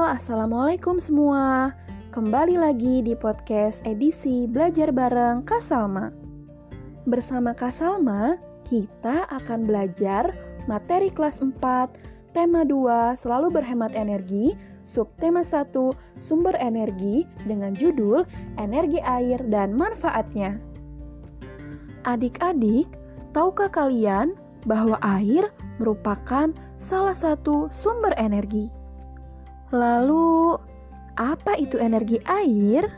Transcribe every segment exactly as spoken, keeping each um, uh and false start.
Assalamualaikum semua. Kembali lagi di podcast edisi Belajar Bareng Kak Salma. Bersama Kak Salma, kita akan belajar materi kelas empat, tema dua, selalu berhemat energi, subtema satu, sumber energi, dengan judul Energi Air dan Manfaatnya. Adik-adik, tahukah kalian bahwa air merupakan salah satu sumber energi? Lalu, apa itu energi air?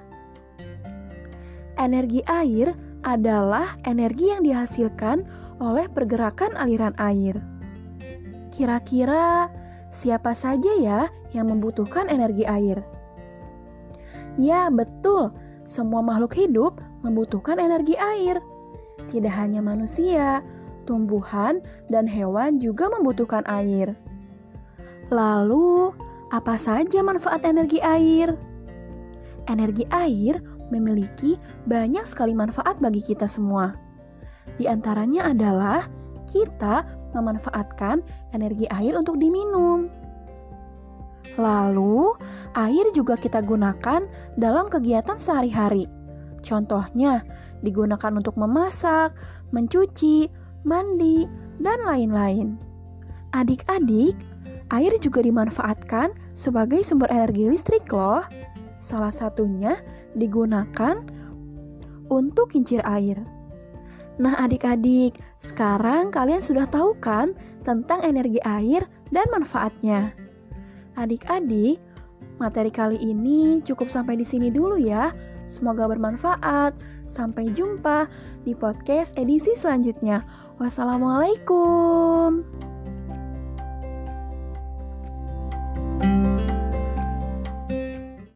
Energi air adalah energi yang dihasilkan oleh pergerakan aliran air. Kira-kira siapa saja ya yang membutuhkan energi air? Ya, betul. Semua makhluk hidup membutuhkan energi air. Tidak hanya manusia, tumbuhan dan hewan juga membutuhkan air. Lalu, apa saja manfaat energi air? Energi air memiliki banyak sekali manfaat bagi kita semua. Di antaranya adalah kita memanfaatkan energi air untuk diminum. Lalu, air juga kita gunakan dalam kegiatan sehari-hari. Contohnya, digunakan untuk memasak, mencuci, mandi, dan lain-lain. Adik-adik, air juga dimanfaatkan sebagai sumber energi listrik loh. Salah satunya digunakan untuk kincir air. Nah adik-adik, sekarang kalian sudah tahu kan tentang energi air dan manfaatnya. Adik-adik, materi kali ini cukup sampai di sini dulu ya. Semoga bermanfaat. Sampai jumpa di podcast edisi selanjutnya. Wassalamualaikum.